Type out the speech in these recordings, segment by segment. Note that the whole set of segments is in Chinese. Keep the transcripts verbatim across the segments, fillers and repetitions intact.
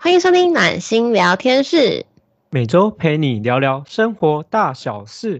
欢迎收听暖心聊天室， 每周陪你聊聊生活大小事。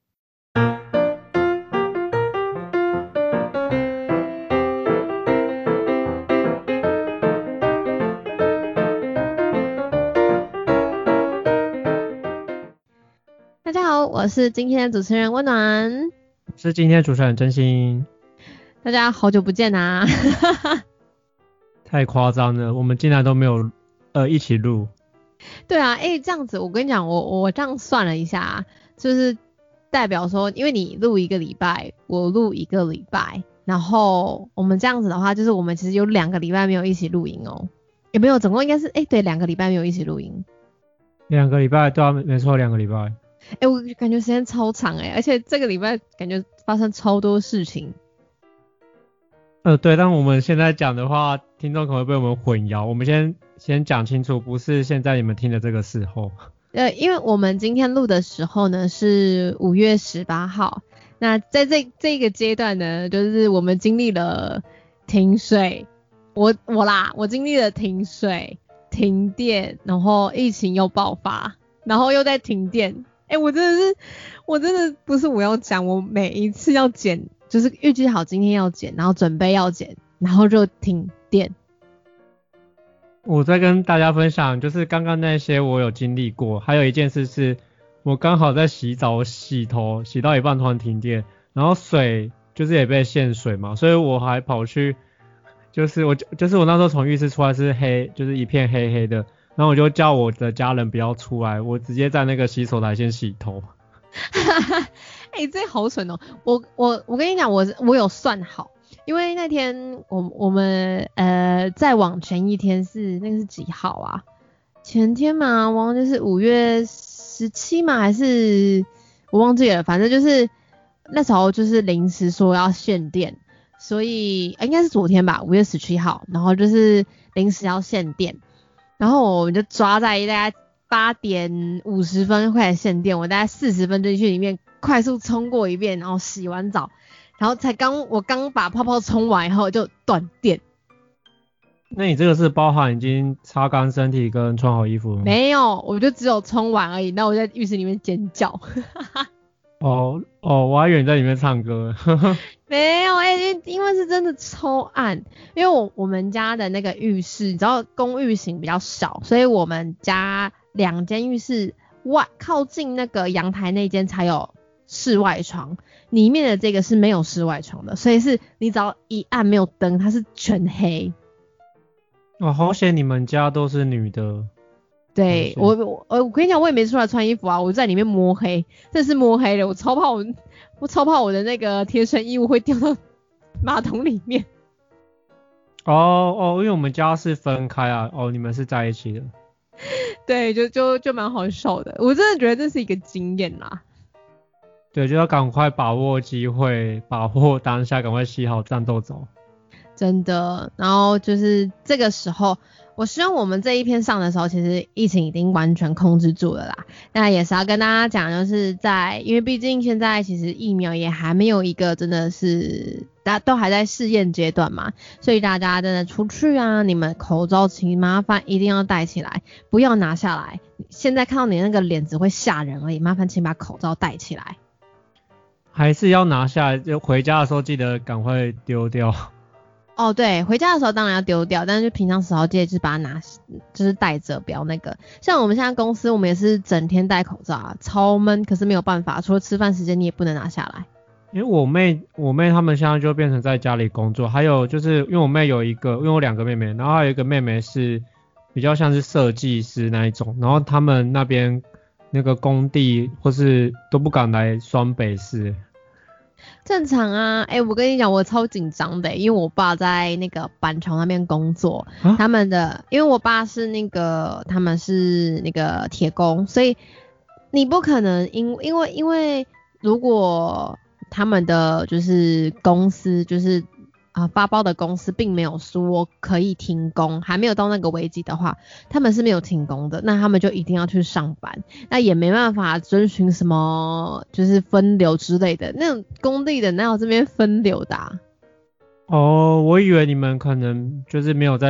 大家好，我是今天的主持人温暖， 我是今天的主持人真心。 大家好久不见啊！ 太夸张了，我们竟然都没有呃一起录。 对啊，哎，这样子我跟你讲，我我这样算了一下，就是代表说，因为你录一个礼拜，我录一个礼拜，然后我们这样子的话，就是我们其实有两个礼拜没有一起录音哦，有没有？总共应该是哎，对，两个礼拜没有一起录音。 两个礼拜，对啊，没错，两个礼拜。 哎，我感觉时间超长哎，而且这个礼拜感觉发生超多事情。 呃，对，但我们现在讲的话，听众可能会被我们混淆。我们先先讲清楚，不是现在你们听的这个时候。 呃，因为我们今天录的时候呢是五月十八号，那在这这个阶段呢，就是我们经历了停水，我我啦，我经历了停水、停电，然后疫情又爆发，然后又在停电。哎，我真的是，我真的不是我要讲，我每一次要剪。就是预计好今天要剪，然后准备要剪，然后就停电。 我再跟大家分享，就是刚刚那些我有经历过，还有一件事是，我刚好在洗澡，洗头洗到一半突然停电，然后水就是也被限水嘛，所以我还跑去，就是我就是我那时候从浴室出来是黑，就是一片黑黑的，然后我就叫我的家人不要出来，我直接在那个洗手台先洗头。 哎、欸，这好蠢哦！我我我跟你讲，我我有算好，因为那天我我们呃再往前一天是那个是几号啊？前天嘛，我忘记是五月十七嘛，还是我忘记了，反正就是那时候就是临时说要限电，所以、欸、应该是昨天吧，五月十七号，然后就是临时要限电，然后我们就抓在大概八点五十分快始限电，我大概四十分钟去里面快速冲过一遍，然后洗完澡，然后才刚我刚把泡泡冲完以后就断电。 那你这个是包含已经擦干身体跟穿好衣服了吗？ 没有，我就只有冲完而已。那我在浴室里面尖叫。 哦哦，我还以为你在里面唱歌。 没有哎、欸，因为是真的超暗，因为我我们家的那个浴室，你知道公寓型比较小，所以我们家两间浴室外靠近那个阳台那间才有室外窗，里面的这个是没有室外窗的，所以是你只要一按没有灯，它是全黑。 哦，好险你们家都是女的。 对，我我我跟你讲，我也没出来穿衣服啊，我在里面摸黑，真的是摸黑的，我超怕我我超怕我的那个贴身衣物会掉到马桶里面。 哦哦，因为我们家是分开啊，哦，你们是在一起的。 对，就就就蛮好笑的，我真的觉得这是一个经验啦。 对，就要赶快把握机会，把握当下，赶快洗好战斗走。 真的，然后就是这个时候，我希望我们这一篇上的时候，其实疫情已经完全控制住了啦。那也是要跟大家讲，就是在，因为毕竟现在其实疫苗也还没有一个真的是，大家都还在试验阶段嘛，所以大家真的出去啊，你们口罩请麻烦一定要戴起来，不要拿下来。现在看到你那个脸只会吓人而已，麻烦请把口罩戴起来。 还是要拿下来，就回家的时候记得赶快丢掉。 哦，对，回家的时候当然要丢掉，但是就平常时候记得就是把它拿，就是戴着，不要那个。像我们现在公司，我们也是整天戴口罩啊，超闷，可是没有办法，除了吃饭时间你也不能拿下来。 因为我妹，我妹他们现在就变成在家里工作，还有就是因为我妹有一个，因为我两个妹妹，然后还有一个妹妹是比较像是设计师那一种，然后他们那边那个工地或是都不敢来双北市。 正常啊，哎、欸，我跟你讲，我超紧张的，因为我爸在那个板桥那边工作，啊、他们的，因为我爸是那个，他们是那个铁工，所以你不可能因因为因为如果他们的就是公司就是啊、呃、发包的公司并没有说可以停工，还没有到那个危机的话，他们是没有停工的，那他们就一定要去上班，那也没办法遵循什么就是分流之类的，那种工地的哪有这边分流的啊？ 哦，我以为你们可能就是没有在，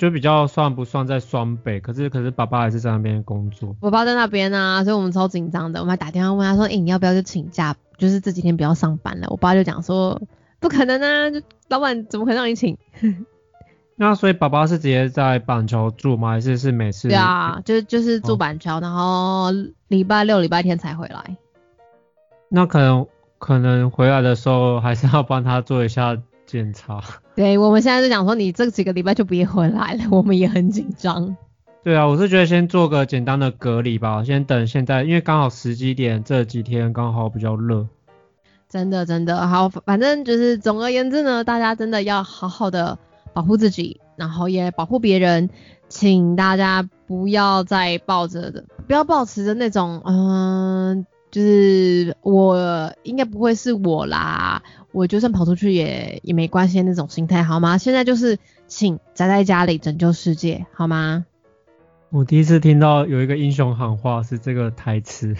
就比较算不算在双北，可是可是爸爸还是在那边工作。 我爸在那边啊，所以我们超紧张的。我们还打电话问他说：“哎、欸，你要不要就请假？就是这几天不要上班了。”我爸就讲说：“不可能啊，就老板怎么可能让你请？” 那所以爸爸是直接在板桥住吗？还是是每次？ 对啊，就就是住板桥，哦、然后礼拜六、礼拜天才回来。 那可能可能回来的时候还是要帮他做一下检查。 对，我们现在就讲说你这几个礼拜就别回来了，我们也很紧张。 对啊，我是觉得先做个简单的隔离吧，先等现在，因为刚好时机点这几天刚好比较热。 真的真的好，反正就是总而言之呢，大家真的要好好的保护自己，然后也保护别人，请大家不要再抱着的，不要抱持着那种嗯、呃，就是我应该不会是我啦，我就算跑出去也也没关系那种心态，好吗？现在就是请宅在家里拯救世界，好吗？ 我第一次听到有一个英雄喊话是这个台词。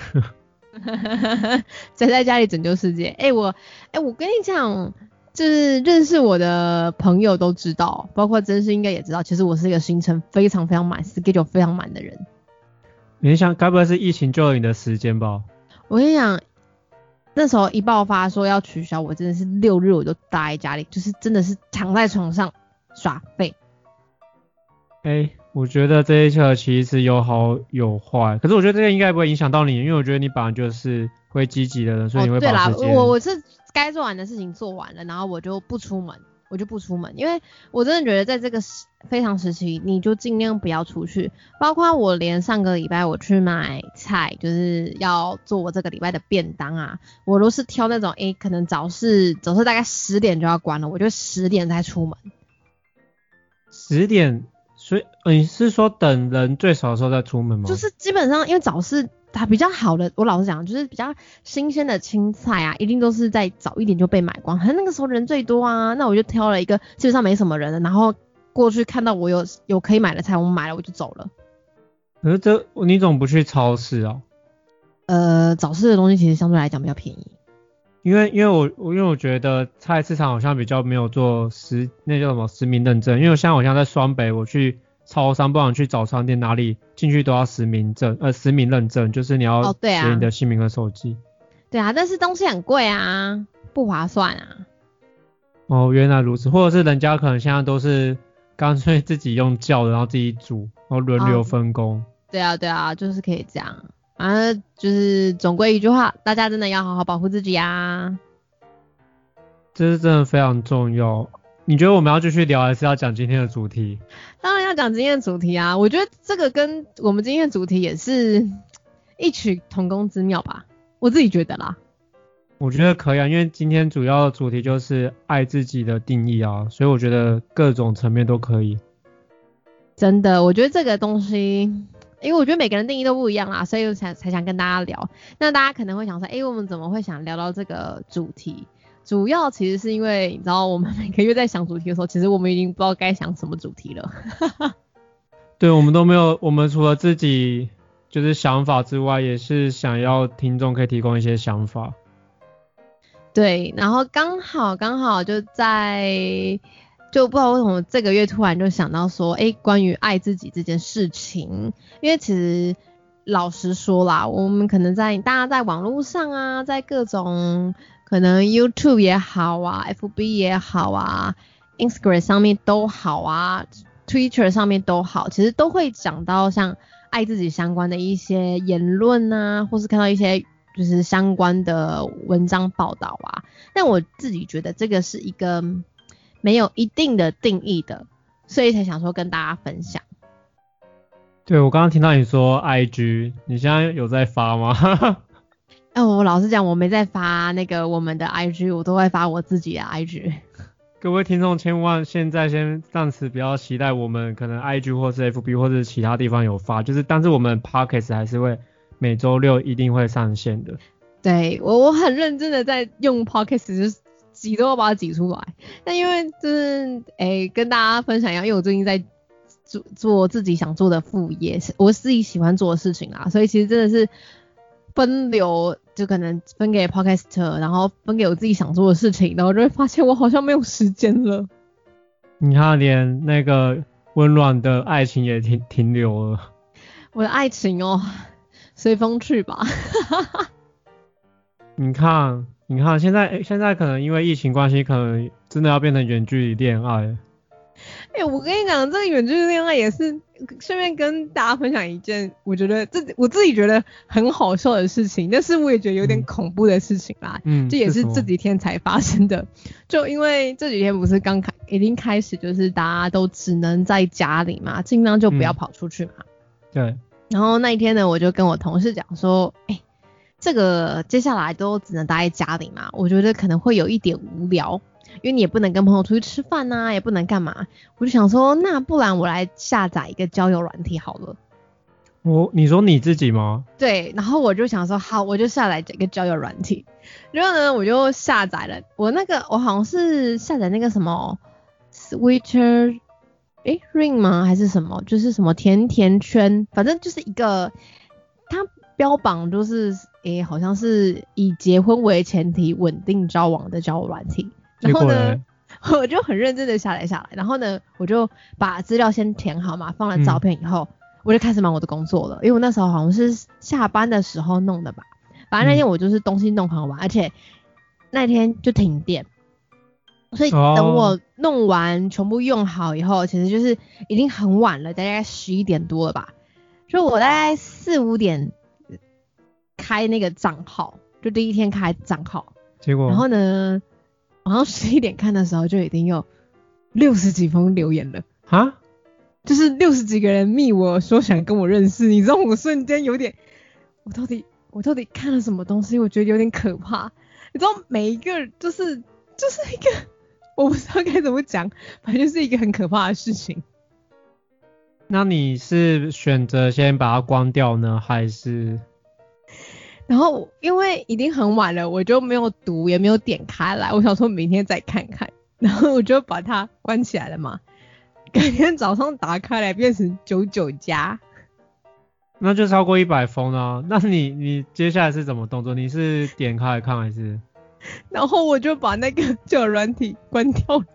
宅在家里拯救世界。哎、欸，我哎、欸，我跟你讲，就是认识我的朋友都知道，包括真是应该也知道，其实我是一个行程非常非常满 schedule 非常满的人。 你想该不会是疫情救了你的时间吧？ 我跟你讲，那时候一爆发说要取消，我真的是六日我就待在家里，就是真的是躺在床上耍废。 哎、欸，我觉得这一切其实有好有坏，可是我觉得这个应该不会影响到你，因为我觉得你本来就是会积极的人，所以你会把时间、哦、 对啦，我我是该做完的事情做完了，然后我就不出门，我就不出门，因为我真的觉得在这个非常时期，你就尽量不要出去。包括我连上个礼拜我去买菜，就是要做我这个礼拜的便当啊，我都是挑那种诶、欸、可能早市早市大概十点就要关了，我就十点才出门。 十点？所以你是说等人最少的时候再出门吗？ 就是基本上因为早市它比较好的，我老实讲就是比较新鲜的青菜啊，一定都是在早一点就被买光，可能那个时候人最多啊，那我就挑了一个基本上没什么人的，然后过去看到我有有可以买的菜，我买了我就走了。 可是这你怎么不去超市啊？ 呃，早市的东西其实相对来讲比较便宜。 因为因为我因为我觉得菜市场好像比较没有做实那叫什么实名认证，因为我像我像在双北，我去超商不管去早餐店哪里进去都要实名证呃实名认证，就是你要写你的姓名和手机。 对啊，但是东西很贵啊，不划算啊。 哦，原来如此，或者是人家可能现在都是干脆自己用叫的，然后自己煮，然后轮流分工。哦、 对啊对啊，就是可以这样。反正就是总归一句话，大家真的要好好保护自己啊。 这是真的非常重要。你觉得我们要继续聊，还是要讲今天的主题？ 当然要讲今天的主题啊！我觉得这个跟我们今天的主题也是异曲同工之妙吧，我自己觉得啦。 我觉得可以啊，因为今天主要的主题就是爱自己的定义啊，所以我觉得各种层面都可以。 真的，我觉得这个东西，因为我觉得每个人定义都不一样啦，所以我才才想跟大家聊。那大家可能会想说，哎，我们怎么会想聊到这个主题？主要其实是因为你知道，我们每个月在想主题的时候，其实我们已经不知道该想什么主题了。 对，我们都没有，我们除了自己就是想法之外，也是想要听众可以提供一些想法。 对，然后刚好刚好就在，就不知道为什么这个月突然就想到说，哎，关于爱自己这件事情，因为其实老实说啦，我们可能在大家在网络上啊，在各种可能 YouTube 也好啊 ，F B 也好啊 ，Instagram 上面都好啊 ，Twitter 上面都好，其实都会讲到像爱自己相关的一些言论啊，或是看到一些就是相关的文章报道啊。但我自己觉得这个是一个没有一定的定义的，所以才想说跟大家分享。 对，我刚刚听到你说 I G， 你现在有在发吗？ 哎、哦，我老实讲，我没在发那个我们的 I G， 我都会发我自己的 I G。 各位听众千万现在先暂时不要期待我们可能 I G 或是 F B 或是其他地方有发，就是但是我们 Podcast 还是会每周六一定会上线的。 对，我我很认真的在用 Podcast， 就是挤都要把它挤出来。但因为就是诶跟大家分享一下，因为我最近在做做自己想做的副业，我自己喜欢做的事情啊，所以其实真的是分流，就可能分给 Podcast， 然后分给我自己想做的事情，然后就会发现我好像没有时间了。 你看连那个温暖的爱情也停停留了。 我的爱情哦，随风去吧。 你看，你看，现在现在可能因为疫情关系，可能真的要变成远距离恋爱。 哎、欸，我跟你讲，这个远距离恋爱也是顺便跟大家分享一件，我觉得这我自己觉得很好笑的事情，但是我也觉得有点恐怖的事情啦。嗯，这也是这几天才发生的。就因为这几天不是刚开，已经开始就是大家都只能在家里嘛，尽量就不要跑出去嘛。 嗯、对。 然后那一天呢，我就跟我同事讲说，哎、欸，这个接下来都只能待在家里嘛，我觉得可能会有一点无聊。因为你也不能跟朋友出去吃饭呐、啊，也不能干嘛，我就想说，那不然我来下载一个交友软体好了。 我，你说你自己吗？ 对，然后我就想说，好，我就下载一个交友软体。然后呢，我就下载了，我那个我好像是下载那个什么 Switcher， 诶 Ring 吗？还是什么？就是什么甜甜圈，反正就是一个，它标榜就是诶，好像是以结婚为前提稳定交往的交友软体。然后呢，我就很认真的下载下来，然后呢，我就把资料先填好嘛，放了照片以后，嗯、我就开始忙我的工作了。因为我那时候好像是下班的时候弄的吧，反正那天我就是东西弄很完，嗯、而且那天就停电，所以等我弄完、哦、全部用好以后，其实就是已经很晚了，大概十一点多了吧。就我大概四五点开那个账号，就第一天开账号， 结果， 然后呢？晚上十一点看的时候，就已经有六十几封留言了啊！ 就是六十几个人密我说想跟我认识，你知道我瞬间有点，我到底我到底看了什么东西？我觉得有点可怕。你知道每一个就是就是一个我不知道该怎么讲，反正就是一个很可怕的事情。 那你是选择先把它关掉呢，还是？ 然后因为已经很晚了，我就没有读，也没有点开来。我想说明天再看看，然后我就把它关起来了嘛。改天早上打开来变成九九加， 那就超过一百封啊。那你你接下来是怎么动作？你是点开来看还是？ 然后我就把那个交友软体关掉了。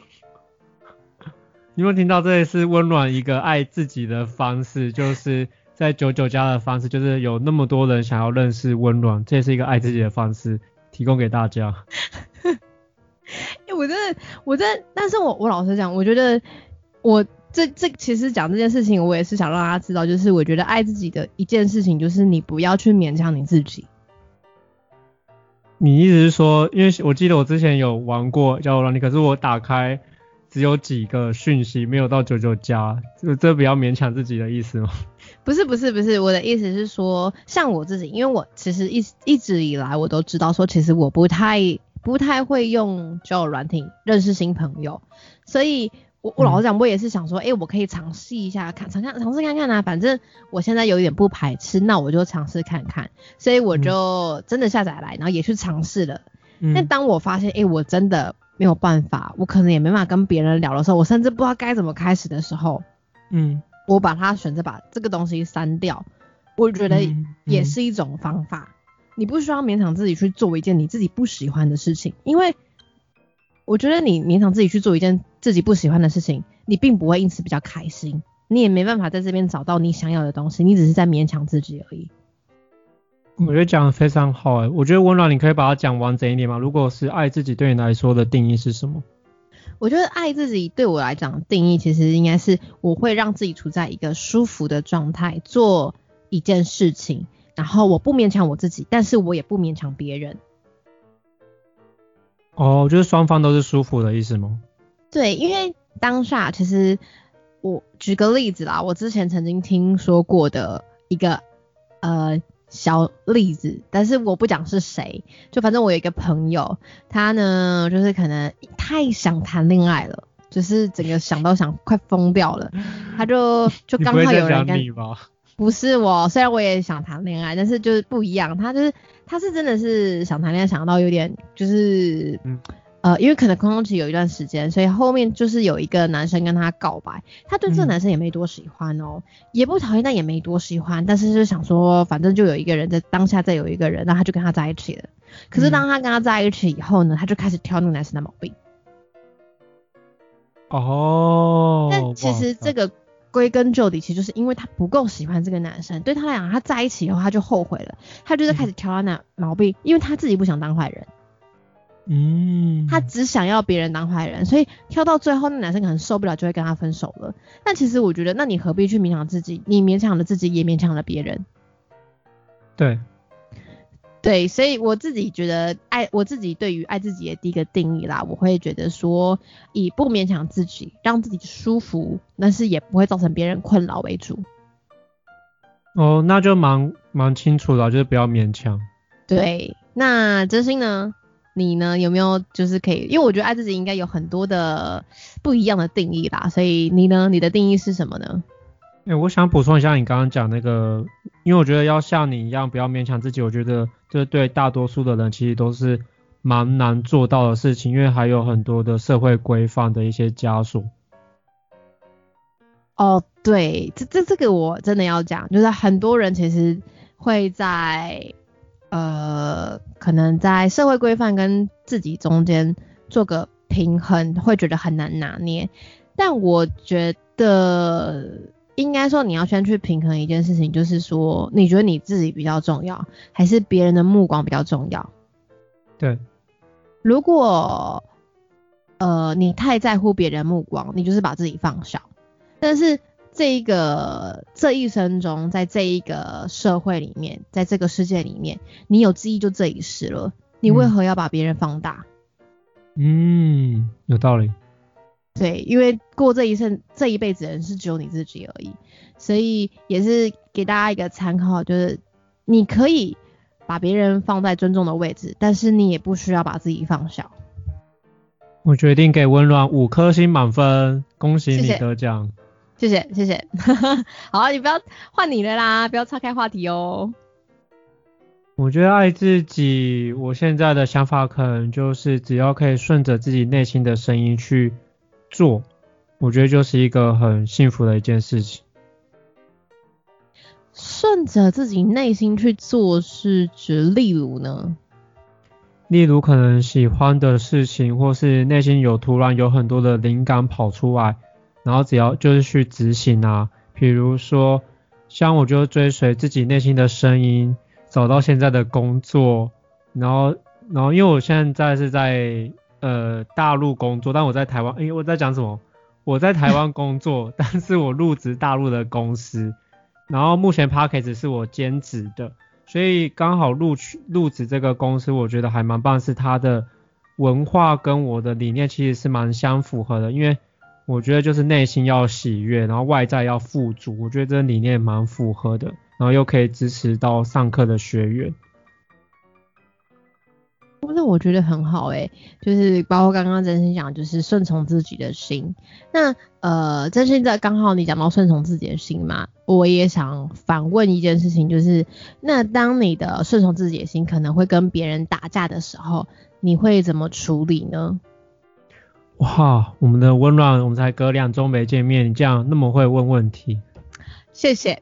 你有没有听到？这也是温暖一个爱自己的方式，就是在九九加的方式，就是有那么多人想要认识温暖，这也是一个爱自己的方式，提供给大家。 欸、我真的，我真的，但是我我老实讲，我觉得我这这其实讲这件事情，我也是想让大家知道，就是我觉得爱自己的一件事情，就是你不要去勉强你自己。 你意思是说，因为我记得我之前有玩过交友软体，可是我打开只有几个讯息，没有到九九加，这这比较勉强自己的意思吗？ 不是不是不是，我的意思是说，像我自己，因为我其实一一直以来我都知道说，其实我不太不太会用交友软体认识新朋友，所以我我老实讲，我也是想说，哎、欸，我可以尝试一下，看尝看尝试看看啊，反正我现在有一点不排斥，那我就尝试看看，所以我就真的下载来，然后也去尝试了。嗯、但当我发现，哎、欸，我真的没有办法，我可能也没办法跟别人聊的时候，我甚至不知道该怎么开始的时候，嗯。我把它选择把这个东西删掉，我觉得也是一种方法。嗯嗯、你不需要勉强自己去做一件你自己不喜欢的事情，因为我觉得你勉强自己去做一件自己不喜欢的事情，你并不会因此比较开心，你也没办法在这边找到你想要的东西，你只是在勉强自己而已。 我觉得讲得非常好诶，我觉得温暖，你可以把它讲完整一点吗？如果是爱自己对你来说的定义是什么？ 我觉得爱自己对我来讲的定义其实应该是我会让自己处在一个舒服的状态做一件事情，然后我不勉强我自己，但是我也不勉强别人。 哦，就是双方都是舒服的意思吗？ 对，因为当下其实我举个例子啦，我之前曾经听说过的一个呃小例子，但是我不讲是谁，就反正我有一个朋友，他呢就是可能太想谈恋爱了，就是整个想到想快疯掉了，他就就刚好有人跟你吧不是我，虽然我也想谈恋爱，但是就是不一样，他就是他是真的是想谈恋爱想到有点就是嗯。呃，因为可能空窗期有一段时间，所以后面就是有一个男生跟他告白，他对这个男生也没多喜欢哦，嗯、也不讨厌，但也没多喜欢，但是就想说，反正就有一个人在当下再有一个人，那他就跟他在一起了。可是当他跟他在一起以后呢，他就开始挑那个男生的毛病。 哦， 但其实这个归根究底，其实就是因为他不够喜欢这个男生，对他来讲，他在一起以后他就后悔了，他就在开始挑他那毛病，嗯、因为他自己不想当坏人。 嗯， 他只想要别人当坏人，所以挑到最后，那男生可能受不了，就会跟他分手了。但其实我觉得，那你何必去勉强自己？你勉强了自己，也勉强了别人。 对， 对，所以我自己觉得爱，我自己对于爱自己的第一个定义啦，我会觉得说，以不勉强自己，让自己舒服，但是也不会造成别人困扰为主。 哦，那就蛮蛮清楚的，就是不要勉强。 对，那真心呢？你呢有没有就是可以，因为我觉得爱自己应该有很多的不一样的定义啦，所以你呢，你的定义是什么呢？ 欸、我想补充一下你刚刚讲那个，因为我觉得要像你一样不要勉强自己，我觉得这对大多数的人其实都是蛮难做到的事情，因为还有很多的社会规范的一些枷锁。 哦，对，这这这个我真的要讲，就是很多人其实会在呃，可能在社会规范跟自己中间做个平衡，会觉得很难拿捏。但我觉得应该说你要先去平衡一件事情，就是说你觉得你自己比较重要，还是别人的目光比较重要？ 对。 如果呃你太在乎别人目光，你就是把自己放小。但是这一个这一生中，在这一个社会里面，在这个世界里面，你有记忆就这一世了，你为何要把别人放大？ 嗯，有道理。 对，因为过这一生这一辈子的人是只有你自己而已，所以也是给大家一个参考，就是你可以把别人放在尊重的位置，但是你也不需要把自己放小。 我决定给温暖五颗星满分，恭喜你得奖。 谢谢谢谢，好，你不要换你了啦，不要岔开话题哦。 我觉得爱自己，我现在的想法可能就是只要可以顺着自己内心的声音去做，我觉得就是一个很幸福的一件事情。 顺着自己内心去做是指例如呢？ 例如可能喜欢的事情，或是内心有突然有很多的灵感跑出来，然后只要就是去执行啊，比如说像我就追随自己内心的声音，找到现在的工作，然后然后因为我现在是在呃大陆工作，但我在台湾，诶我在讲什么？我在台湾工作，但是我入职大陆的公司，然后目前 Podcast 是我兼职的，所以刚好录取入职这个公司，我觉得还蛮棒，是它的文化跟我的理念其实是蛮相符合的，因为我觉得就是内心要喜悦，然后外在要富足，我觉得这个理念蛮符合的，然后又可以支持到上课的学员。 那我觉得很好诶、欸，就是包括刚刚真心讲，就是顺从自己的心。那呃，真心在刚好你讲到顺从自己的心嘛，我也想反问一件事情，就是那当你的顺从自己的心可能会跟别人打架的时候，你会怎么处理呢？ 哇，我们的温暖，我们才隔两周没见面，你这样那么会问问题， 谢谢。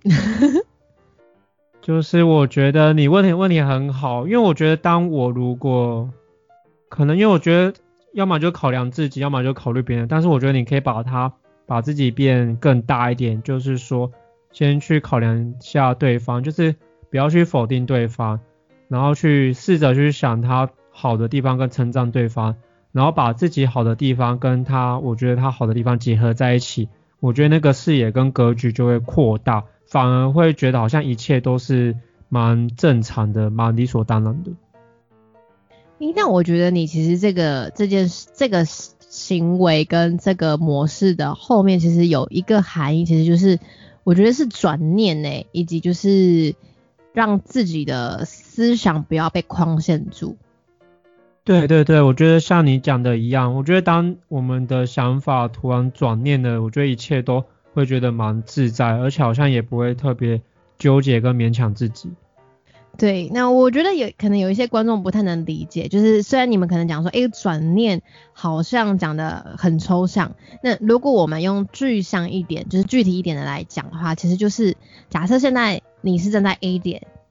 就是我觉得你问题问题很好，因为我觉得当我如果可能，因为我觉得要么就考量自己，要么就考虑别人，但是我觉得你可以把它把自己变更大一点，就是说先去考量下对方，就是不要去否定对方，然后去试着去想他好的地方跟称赞对方，然后把自己好的地方跟他我觉得他好的地方结合在一起，我觉得那个视野跟格局就会扩大，反而会觉得好像一切都是蛮正常的，蛮理所当然的。 但我觉得你其实这个这件这个行为跟这个模式的后面其实有一个含义，其实就是我觉得是转念欸，以及就是让自己的思想不要被框限住。 对对对，我觉得像你讲的一样，我觉得当我们的想法突然转念了，我觉得一切都会觉得蛮自在，而且好像也不会特别纠结跟勉强自己。 对，那我觉得有可能有一些观众不太能理解，就是虽然你们可能讲说，诶，转念好像讲的很抽象，那如果我们用具象一点，就是具体一点的来讲的话，其实就是假设现在你是站在 A 点，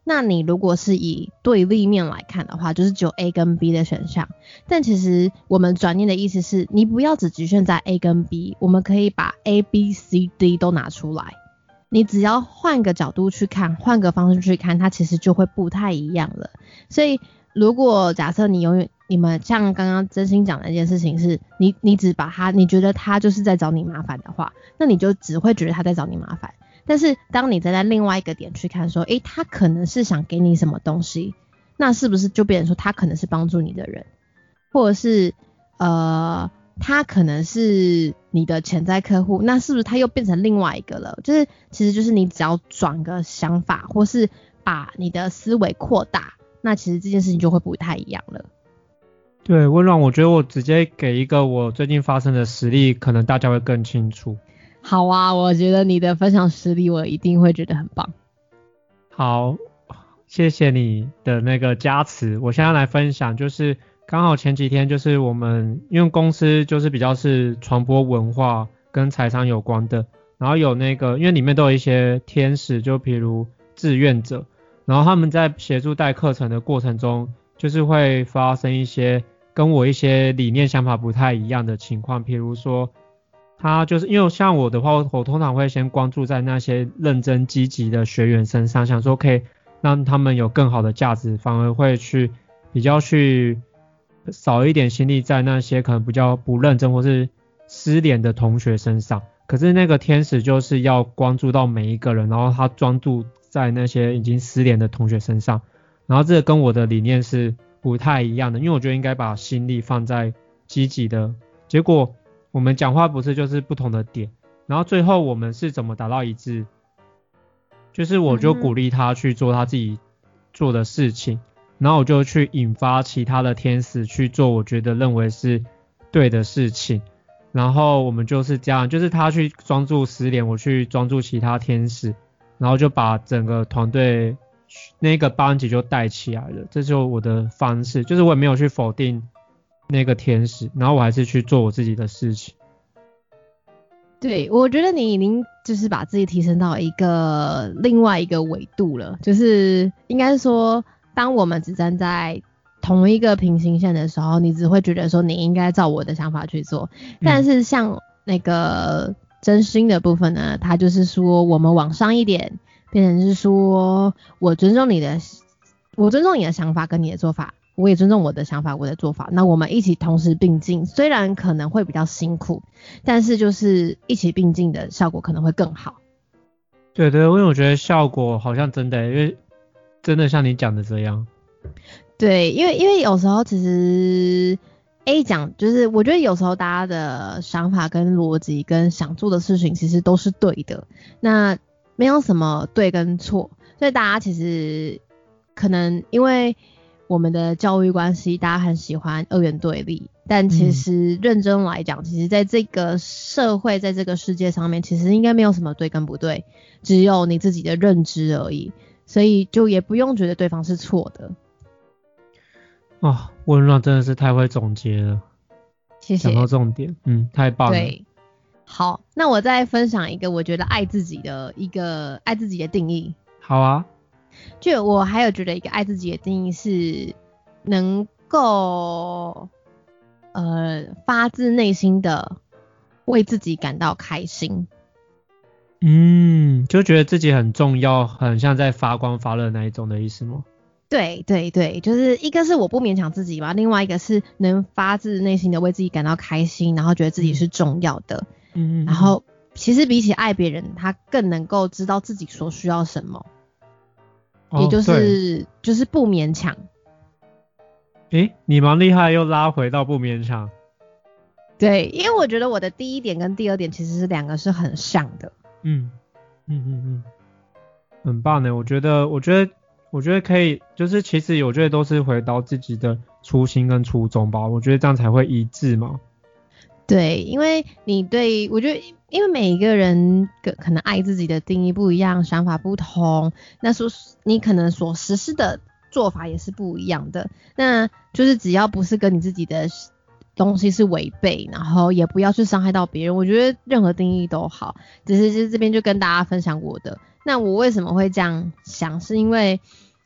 那你如果是以对立面来看的话，就是只有 A 跟 B 的选项。但其实我们转念的意思是，你不要只局限在 A 跟 B， 我们可以把 A、B、C、D 都拿出来。你只要换个角度去看，换个方式去看，它其实就会不太一样了。所以如果假设你永远你们像刚刚真心讲的一件事情是，你你只把他你觉得他就是在找你麻烦的话，那你就只会觉得他在找你麻烦。但是当你再在另外一个点去看说，诶，他可能是想给你什么东西，那是不是就变成说他可能是帮助你的人，或者是呃他可能是你的潜在客户，那是不是他又变成另外一个了？就是其实就是你只要转个想法，或是把你的思维扩大，那其实这件事情就会不太一样了。 对，温暖，我觉得我直接给一个我最近发生的实例，可能大家会更清楚。 好啊，我觉得你的分享实例我一定会觉得很棒。 好，谢谢你的那个加持。我现在来分享，就是刚好前几天就是我们因为公司就是比较是传播文化跟财商有关的，然后有那个因为里面都有一些天使，就比如志愿者，然后他们在协助带课程的过程中，就是会发生一些跟我一些理念想法不太一样的情况，比如说他就是因为像我的话，我通常会先关注在那些认真积极的学员身上，想说可以让他们有更好的价值，反而会去比较去少一点心力在那些可能比较不认真或是失联的同学身上。可是那个天使就是要关注到每一个人，然后他专注在那些已经失联的同学身上，然后这个跟我的理念是不太一样的，因为我觉得应该把心力放在积极的，结果我们讲话不是就是不同的点，然后最后我们是怎么达到一致，就是我就鼓励他去做他自己做的事情，然后我就去引发其他的天使去做我觉得认为是对的事情，然后我们就是这样，就是他去专注失联，我去专注其他天使，然后就把整个团队那个班级就带起来了，这就是我的方式，就是我也没有去否定那个天使，然后我还是去做我自己的事情。 对，我觉得你已经就是把自己提升到一个另外一个维度了，就是应该说当我们只站在同一个平行线的时候，你只会觉得说你应该照我的想法去做，但是像那个真心的部分呢，它就是说我们往上一点，变成是说我尊重你的我尊重你的想法跟你的做法，我也尊重我的想法我的做法，那我们一起同时并进，虽然可能会比较辛苦，但是就是一起并进的效果可能会更好。 对对，因为我觉得效果好像真的，因为真的像你讲的这样。 对，因为因为有时候其实 A 讲就是我觉得有时候大家的想法跟逻辑跟想做的事情其实都是对的，那没有什么对跟错，所以大家其实可能因为我们的教育关系，大家很喜欢二元对立，但其实认真来讲，嗯、其实在这个社会，在这个世界上面，其实应该没有什么对跟不对，只有你自己的认知而已，所以就也不用觉得对方是错的。 哦，温暖真的是太会总结了， 谢谢。 讲到重点，嗯，太棒了。 对，好，那我再分享一个我觉得爱自己的一个爱自己的定义。 好啊。 就我还有觉得一个爱自己的定义是能够呃发自内心的为自己感到开心。 嗯，就觉得自己很重要，很像在发光发热那一种的意思吗？ 对对对，就是一个是我不勉强自己嘛，另外一个是能发自内心的为自己感到开心，然后觉得自己是重要的。嗯，然后其实比起爱别人，他更能够知道自己所需要什么。也就是、哦、就是不勉强。 诶，你蛮厉害，又拉回到不勉强。 对，因为我觉得我的第一点跟第二点其实是两个是很像的。 嗯嗯嗯嗯，很棒的，我觉得，我觉得，我觉得可以，就是其实我觉得都是回到自己的初心跟初衷吧，我觉得这样才会一致嘛。 对，因为你对我觉得，因为每一个人可能爱自己的定义不一样，想法不同，那说你可能所实施的做法也是不一样的。那就是只要不是跟你自己的东西是违背，然后也不要去伤害到别人，我觉得任何定义都好。只是就是这边就跟大家分享我的。那我为什么会这样想，是因为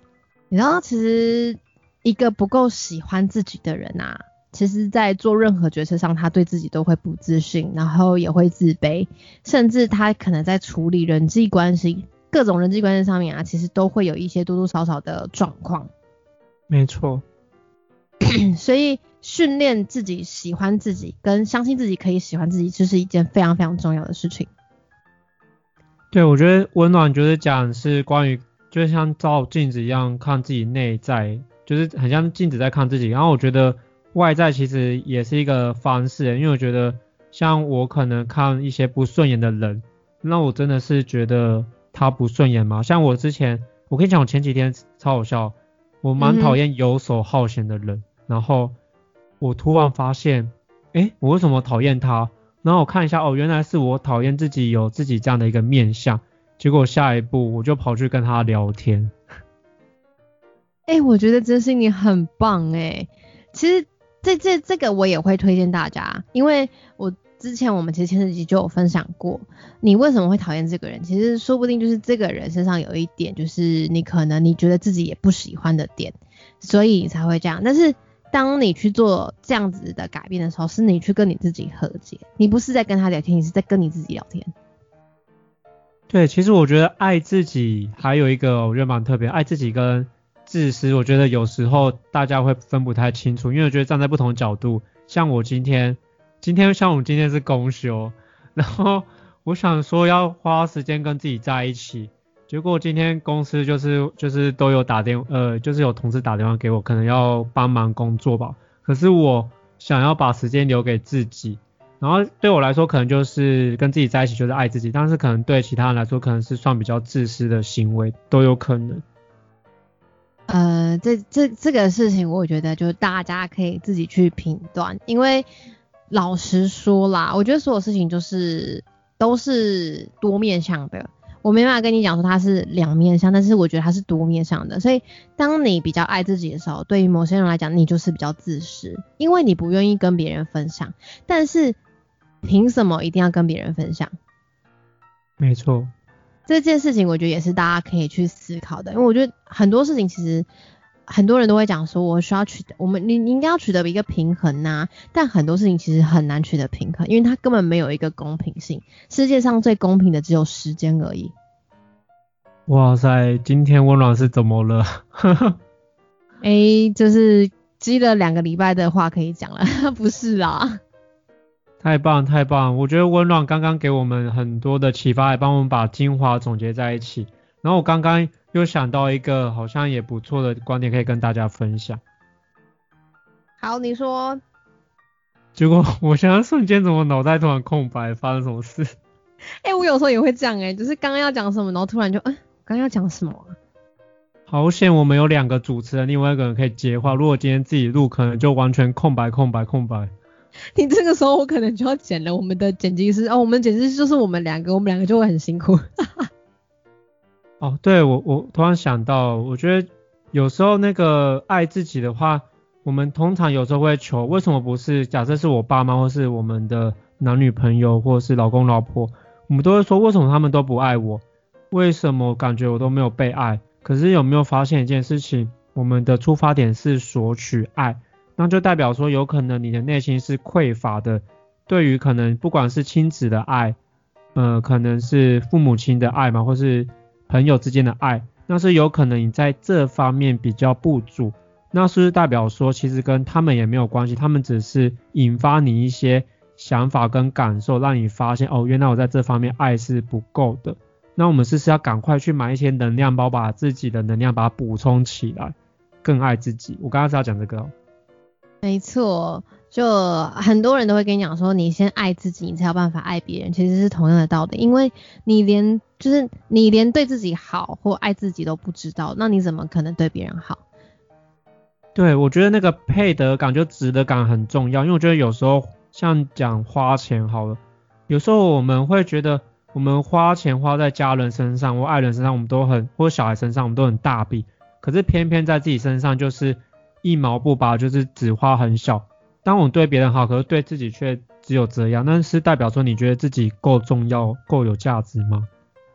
你知道，其实一个不够喜欢自己的人啊，其实在做任何决策上，他对自己都会不自信，然后也会自卑，甚至他可能在处理人际关系、各种人际关系上面啊，其实都会有一些多多少少的状况。 没错。 所以训练自己喜欢自己，跟相信自己可以喜欢自己，这是一件非常非常重要的事情。 对，我觉得温暖就是讲是关于，就像照镜子一样看自己内在，就是很像镜子在看自己。然后我觉得外在其实也是一个方式，因为我觉得像我可能看一些不顺眼的人，那我真的是觉得他不顺眼嘛。像我之前，我跟你讲，我前几天超好笑，我蛮讨厌游手好闲的人，嗯、然后我突然发现，诶，我为什么讨厌他？然后我看一下，哦，原来是我讨厌自己有自己这样的一个面向，结果下一步我就跑去跟他聊天。 哎、欸，我觉得这是你很棒哎、欸。其实这这这个我也会推荐大家，因为我之前我们其实前几集就有分享过，你为什么会讨厌这个人？其实说不定就是这个人身上有一点，就是你可能你觉得自己也不喜欢的点，所以你才会这样。但是当你去做这样子的改变的时候，是你去跟你自己和解，你不是在跟他聊天，你是在跟你自己聊天。 对，其实我觉得爱自己还有一个我觉得蛮特别，爱自己跟自私，我觉得有时候大家会分不太清楚，因为我觉得站在不同角度，像我今天，今天像我今天是公休，然后我想说要花时间跟自己在一起，结果今天公司就是就是都有打电呃就是有同事打电话给我，可能要帮忙工作吧，可是我想要把时间留给自己，然后对我来说可能就是跟自己在一起就是爱自己，但是可能对其他人来说可能是算比较自私的行为，都有可能。 呃，这这这个事情，我觉得就大家可以自己去评断，因为老实说啦，我觉得所有事情就是都是多面向的，我没办法跟你讲说它是两面向，但是我觉得它是多面向的。所以当你比较爱自己的时候，对于某些人来讲，你就是比较自私，因为你不愿意跟别人分享，但是凭什么一定要跟别人分享？ 没错。 这件事情我觉得也是大家可以去思考的，因为我觉得很多事情其实很多人都会讲说我需要取得，我们你你应该要取得一个平衡啊，但很多事情其实很难取得平衡，因为它根本没有一个公平性，世界上最公平的只有时间而已。 哇塞，今天温暖是怎么了？ 诶，就是积了两个礼拜的话可以讲了，不是啦。 太棒太棒，我觉得温暖刚刚给我们很多的启发，也帮我们把精华总结在一起。然后我刚刚又想到一个好像也不错的观点可以跟大家分享。 好，你说。 结果我现在瞬间怎么脑袋突然空白，发生什么事？ 哎、欸，我有时候也会这样哎、欸，就是刚刚要讲什么，然后突然就，嗯、欸，刚刚要讲什么啊？ 好险我们有两个主持人，另外一个人可以接话。如果今天自己录，可能就完全空白空白空白。 你这个时候我可能就要剪了，我们的剪辑师哦，我们剪辑师就是我们两个，我们两个就会很辛苦。 哦，对，我我突然想到，我觉得有时候那个爱自己的话，我们通常有时候会求，为什么不是假设是我爸妈或是我们的男女朋友或是老公老婆，我们都会说为什么他们都不爱我，为什么感觉我都没有被爱？可是有没有发现一件事情，我们的出发点是索取爱，那就代表说有可能你的内心是匮乏的，对于可能不管是亲子的爱，呃，可能是父母亲的爱嘛，或是朋友之间的爱，那是有可能你在这方面比较不足，那是不是代表说其实跟他们也没有关系，他们只是引发你一些想法跟感受，让你发现哦，原来我在这方面爱是不够的，那我们是不是要赶快去买一些能量包，把自己的能量把它补充起来，更爱自己。我刚刚是要讲这个哦。 没错，就很多人都会跟你讲说，你先爱自己，你才有办法爱别人，其实是同样的道理，因为你连就是你连对自己好或爱自己都不知道，那你怎么可能对别人好？ 对，我觉得那个配得感就值得感很重要，因为我觉得有时候像讲花钱好了，有时候我们会觉得我们花钱花在家人身上或爱人身上，我们都很或小孩身上我们都很大笔，可是偏偏在自己身上就是一毛不拔，就是只花很小。当我们对别人好，可是对自己却只有这样，那是代表说你觉得自己够重要、够有价值吗？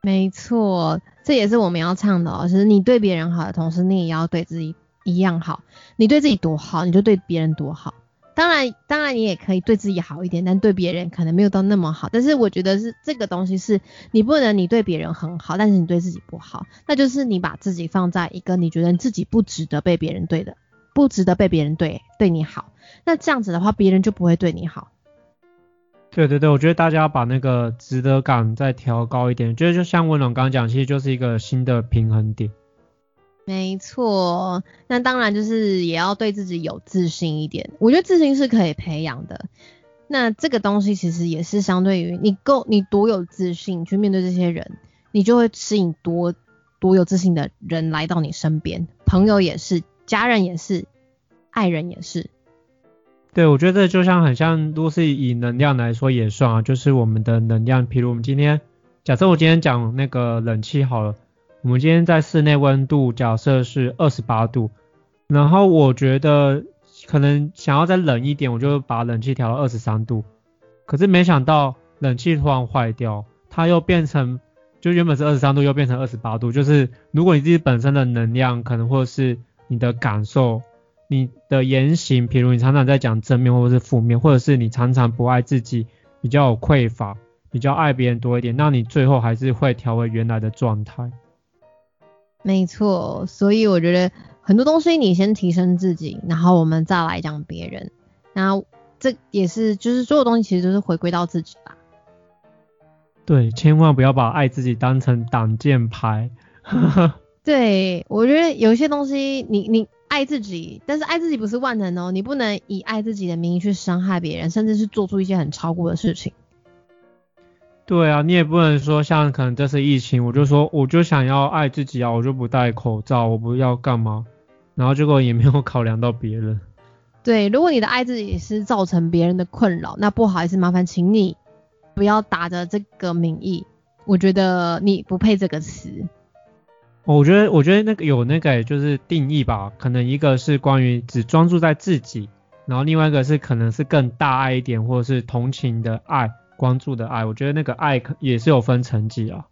没错，这也是我们要唱的哦，就是你对别人好的同时，你也要对自己一样好。你对自己多好，你就对别人多好。当然，当然你也可以对自己好一点，但对别人可能没有到那么好。但是我觉得是这个东西是你不能你对别人很好，但是你对自己不好，那就是你把自己放在一个你觉得自己不值得被别人对的，不值得被别人对对你好。那这样子的话，别人就不会对你好。 对对对，我觉得大家把那个值得感再调高一点，就是就像温暖刚刚讲，其实就是一个新的平衡点。 没错，那当然就是也要对自己有自信一点。我觉得自信是可以培养的。那这个东西其实也是相对于你够你多有自信去面对这些人，你就会吸引多多有自信的人来到你身边，朋友也是，家人也是，爱人也是。 对，我觉得就像很像，如果是以能量来说也算啊，就是我们的能量，譬如我们今天，假设我今天讲那个冷气好了，我们今天在室内温度假设是二十八度，然后我觉得可能想要再冷一点，我就把冷气调到二十三度，可是没想到冷气突然坏掉，它又变成，就原本是二十三度又变成二十八度，就是如果你自己本身的能量可能或是你的感受，你的言行，比如你常常在讲正面或者是负面，或者是你常常不爱自己，比较有匮乏，比较爱别人多一点，那你最后还是会调回原来的状态。 没错，所以我觉得很多东西你先提升自己，然后我们再来讲别人。然后这也是就是所有东西其实都是回归到自己啦。 对，千万不要把爱自己当成挡箭牌。 对，我觉得有一些东西你你爱自己，但是爱自己不是万能哦，你不能以爱自己的名义去伤害别人，甚至是做出一些很超过的事情。 对啊，你也不能说像可能这次疫情，我就说我就想要爱自己啊，我就不戴口罩，我不要干嘛，然后结果也没有考量到别人。 对，如果你的爱自己是造成别人的困扰，那不好意思，麻烦请你不要打着这个名义，我觉得你不配这个词。 我觉得我觉得那个有那个就是定义吧，可能一个是关于只专注在自己，然后另外一个是可能是更大爱一点，或者是同情的爱，关注的爱。我觉得那个爱也是有分层级啊。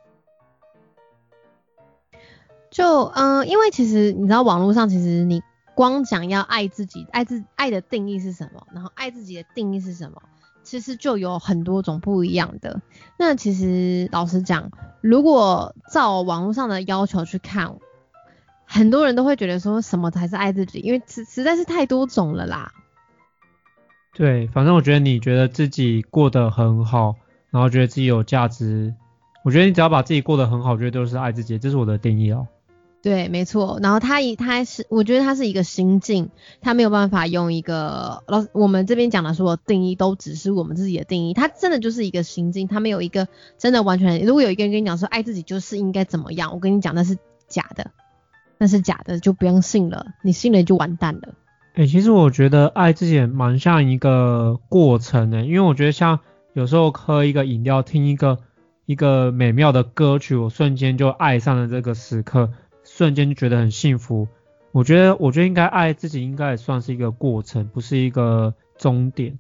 就嗯、呃，因为其实你知道网络上其实你光讲要爱自己，爱自爱的定义是什么，然后爱自己的定义是什么，其实就有很多种不一样的。那其实老实讲，如果照网络上的要求去看，很多人都会觉得说什么才是爱自己，因为实实在是太多种了啦。 对，反正我觉得你觉得自己过得很好，然后觉得自己有价值，我觉得你只要把自己过得很好，我觉得都是爱自己，这是我的定义哦。 对，没错。然后他一他是，我觉得他是一个心境，他没有办法用一个老我们这边讲的所有定义都只是我们自己的定义，他真的就是一个心境，他没有一个真的完全。如果有一个人跟你讲说爱自己就是应该怎么样，我跟你讲那是假的，那是假的，就不用信了，你信了就完蛋了。 诶、欸，其实我觉得爱自己也蛮像一个过程的，因为我觉得像有时候喝一个饮料，听一个一个美妙的歌曲，我瞬间就爱上了这个时刻，瞬间就觉得很幸福。我觉得，我觉得应该爱自己，应该也算是一个过程，不是一个终点。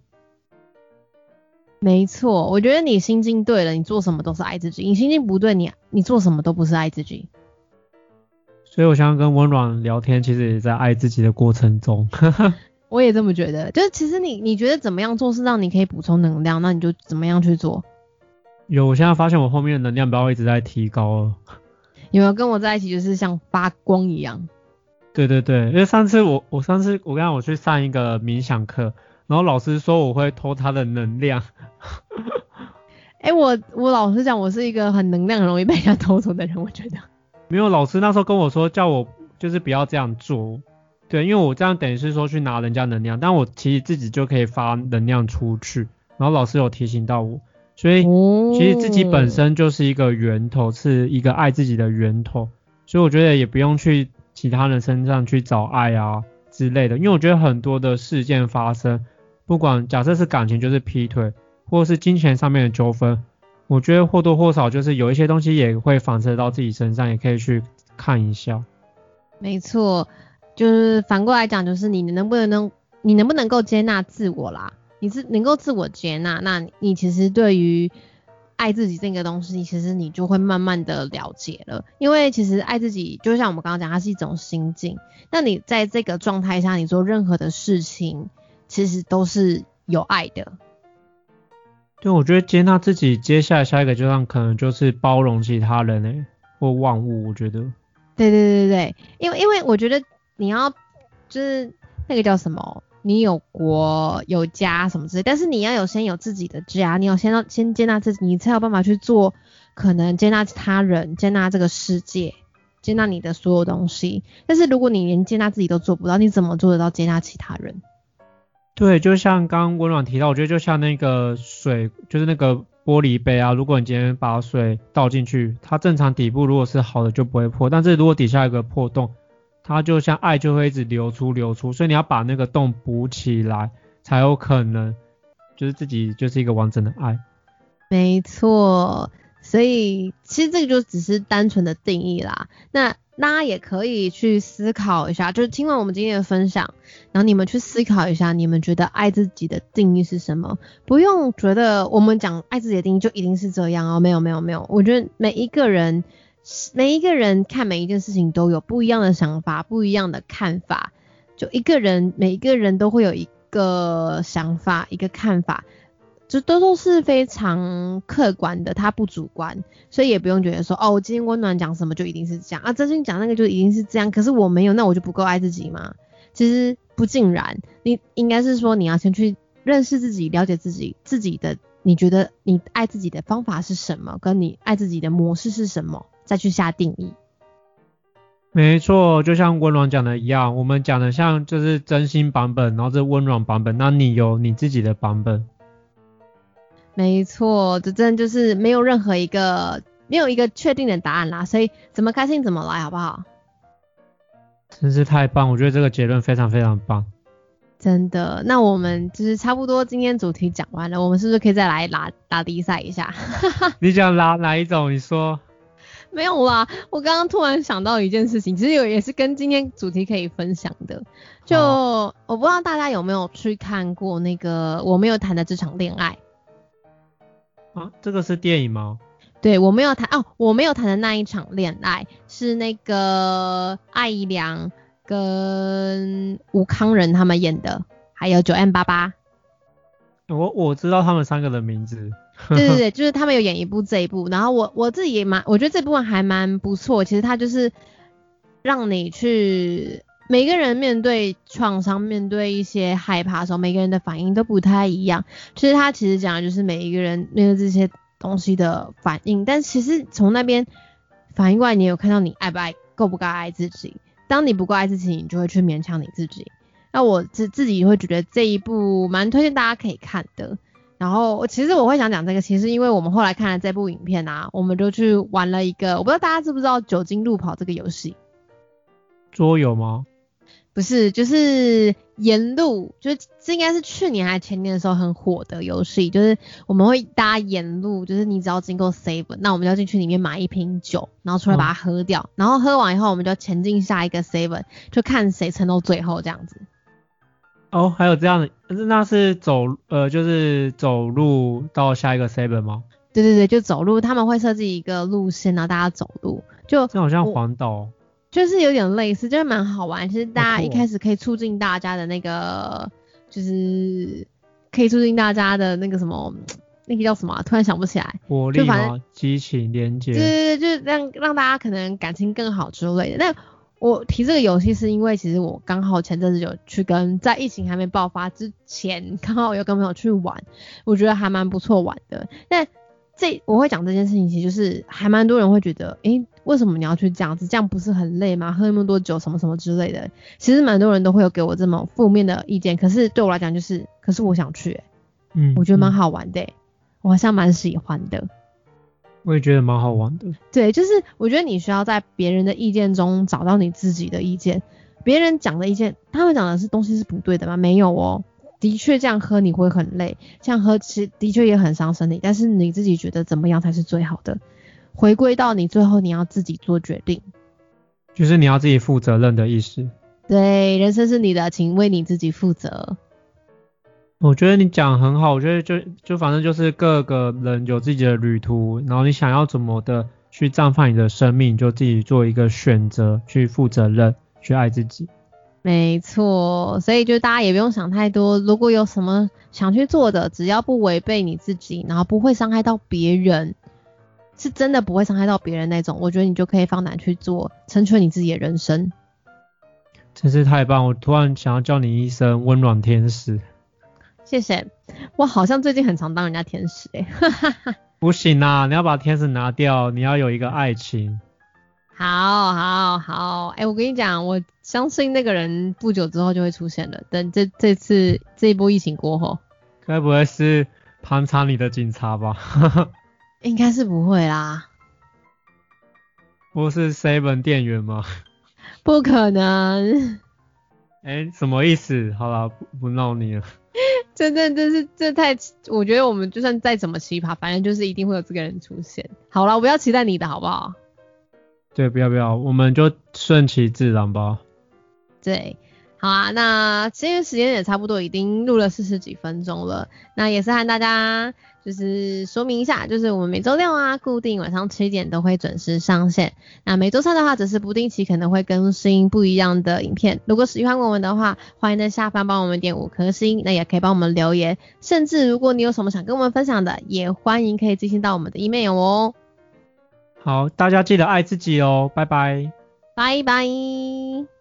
没错，我觉得你心境对了，你做什么都是爱自己；你心境不对，你你做什么都不是爱自己。 所以我想跟温暖聊天，其实也在爱自己的过程中。 我也这么觉得，就是其实你你觉得怎么样做是让你可以补充能量，那你就怎么样去做。 有，我现在发现我后面的能量标一直在提高了。 有没有跟我在一起就是像发光一样？ 对对对，因为上次我我上次我刚刚我去上一个冥想课，然后老师说我会偷他的能量。 哎、欸，我我老实讲，我是一个很能量很容易被人家偷走的人，我觉得。 没有，老师那时候跟我说叫我就是不要这样做，对，因为我这样等于是说去拿人家能量，但我其实自己就可以发能量出去，然后老师有提醒到我，所以其实自己本身就是一个源头，是一个爱自己的源头，所以我觉得也不用去其他人身上去找爱啊之类的，因为我觉得很多的事件发生，不管假设是感情就是劈腿，或者是金钱上面的纠纷，我觉得或多或少就是有一些东西也会反射到自己身上，也可以去看一下。 没错，就是反过来讲，就是你能不能你能不能够接纳自我啦？你是能够自我接纳，那你其实对于爱自己这个东西，其实你就会慢慢的了解了。因为其实爱自己，就像我们刚刚讲，它是一种心境。那你在这个状态下，你做任何的事情，其实都是有爱的。 对，我觉得接纳自己，接下来下一个阶段可能就是包容其他人诶，或万物。我觉得， 对对对对，因为因为我觉得你要就是那个叫什么，你有国有家什么之类，但是你要有先有自己的家，你要先要先接纳自己，你才有办法去做可能接纳他人，接纳这个世界，接纳你的所有东西。但是如果你连接纳自己都做不到，你怎么做得到接纳其他人？ 对，就像刚刚温暖提到，我觉得就像那个水，就是那个玻璃杯啊，如果你今天把水倒进去，它正常底部如果是好的就不会破，但是如果底下有个破洞，它就像爱就会一直流出流出，所以你要把那个洞补起来，才有可能就是自己就是一个完整的爱。 没错，所以其实这个就只是单纯的定义啦。那大家也可以去思考一下，就是听完我们今天的分享，然后你们去思考一下，你们觉得爱自己的定义是什么？不用觉得我们讲爱自己的定义就一定是这样哦，没有没有没有，我觉得每一个人每一个人看每一件事情都有不一样的想法，不一样的看法，就一个人每一个人都会有一个想法，一个看法。就都都是非常客观的，它不主观，所以也不用觉得说，哦，我今天温暖讲什么就一定是这样啊，真心讲那个就一定是这样，可是我没有，那我就不够爱自己吗？其实不尽然，你应该是说你要先去认识自己，了解自己，自己的你觉得你爱自己的方法是什么，跟你爱自己的模式是什么，再去下定义。 没错，就像温暖讲的一样，我们讲的像就是真心版本，然后这温暖版本，那你有你自己的版本。 没错，这真的就是没有任何一个没有一个确定的答案啦，所以怎么开心怎么来，好不好？ 真是太棒，我觉得这个结论非常非常棒。 真的，那我们就是差不多今天主题讲完了，我们是不是可以再来打打比赛一下？ 你想拿哪一种？你说？ 没有啦，我刚刚突然想到一件事情，其实有也是跟今天主题可以分享的。就、哦、我不知道大家有没有去看过那个我没有谈的这场恋爱。 啊，这个是电影吗？ 对，我没有谈哦，我没有谈的那一场恋爱是那个艾怡良跟吴康仁他们演的，还有九 M 八八。 我我知道他们三个的名字。 对对对，就是他们有演一部这一部，然后我我自己也蛮，我觉得这部还蛮不错。其实它就是让你去每个人面对创伤、面对一些害怕的时候，每个人的反应都不太一样。其实他其实讲的就是每一个人面对这些东西的反应，但其实从那边反应过来，你有看到你爱不爱、够不够爱自己。当你不够爱自己，你就会去勉强你自己。那我自自己会觉得这一部蛮推荐大家可以看的。然后其实我会想讲这个，其实因为我们后来看了这部影片啊，我们就去玩了一个，我不知道大家知不知道酒精路跑这个游戏。 桌游吗？ 不是，就是沿路，就是这应该是去年还是前年的时候很火的游戏，就是我们会搭沿路，就是你只要经过 seven， 那我们就要进去里面买一瓶酒，然后出来把它喝掉，嗯、然后喝完以后我们就前进下一个 seven， 就看谁撑到最后这样子。 哦，还有这样的，那是走呃，就是走路到下一个 seven 吗？ 对对对，就走路，他们会设计一个路线，然后大家走路，就这好像环岛。 就是有点类似，就是蛮好玩。其实大家一开始可以促进大家的那个，就是可以促进大家的那个什么，那个叫什么、啊？突然想不起来。 活力吗？激情、连结。 对对对，就是让让大家可能感情更好之类的。但我提这个游戏是因为其实我刚好前阵子有去跟在疫情还没爆发之前，刚好有跟朋友去玩，我觉得还蛮不错玩的。但这我会讲这件事情，其实就是还蛮多人会觉得，诶，为什么你要去这样子？这样不是很累吗？喝那么多酒什么什么之类的。其实蛮多人都会有给我这么负面的意见，可是对我来讲就是，可是我想去、欸，嗯，我觉得蛮好玩的、欸，我好像蛮喜欢的。 我也觉得蛮好玩的。 对，就是我觉得你需要在别人的意见中找到你自己的意见。别人讲的意见，他们讲的是东西是不对的吗？没有哦。的确这样喝你会很累，这样喝其实的确也很伤身体，但是你自己觉得怎么样才是最好的？回归到你最后你要自己做决定， 就是你要自己负责任的意思。 对，人生是你的，请为你自己负责。 我觉得你讲很好，我觉得就就反正就是各个人有自己的旅途，然后你想要怎么的去绽放你的生命，就自己做一个选择，去负责任，去爱自己。 没错，所以就大家也不用想太多，如果有什么想去做的，只要不违背你自己，然后不会伤害到别人，是真的不会伤害到别人那种，我觉得你就可以放胆去做，成全你自己的人生。 真是太棒，我突然想要叫你一声温暖天使。 谢谢，我好像最近很常当人家天使欸，哈哈哈。 不行啊，你要把天使拿掉，你要有一个爱情。 好好好，哎、欸，我跟你讲，我相信那个人不久之后就会出现了。等这这次这一波疫情过后， 该不会是盘查你的警察吧？ 应该是不会啦。 或是 seven 店员吗？ 不可能。 哎、欸，什么意思？好啦，不不闹你了。 这这这是这太，我觉得我们就算再怎么奇葩，反正就是一定会有这个人出现。好啦，我不要期待你的好不好？ 对，不要不要，我们就顺其自然吧。 对，好啊，那因为时间也差不多，已经录了四十几分钟了，那也是和大家就是说明一下，就是我们每周六啊，固定晚上七点都会准时上线。那每周三的话，只是不定期可能会更新不一样的影片。如果喜欢我们的话，欢迎在下方帮我们点五颗星，那也可以帮我们留言。甚至如果你有什么想跟我们分享的，也欢迎可以寄信到我们的 email 哦。 好，大家记得爱自己哦，拜拜。 拜拜。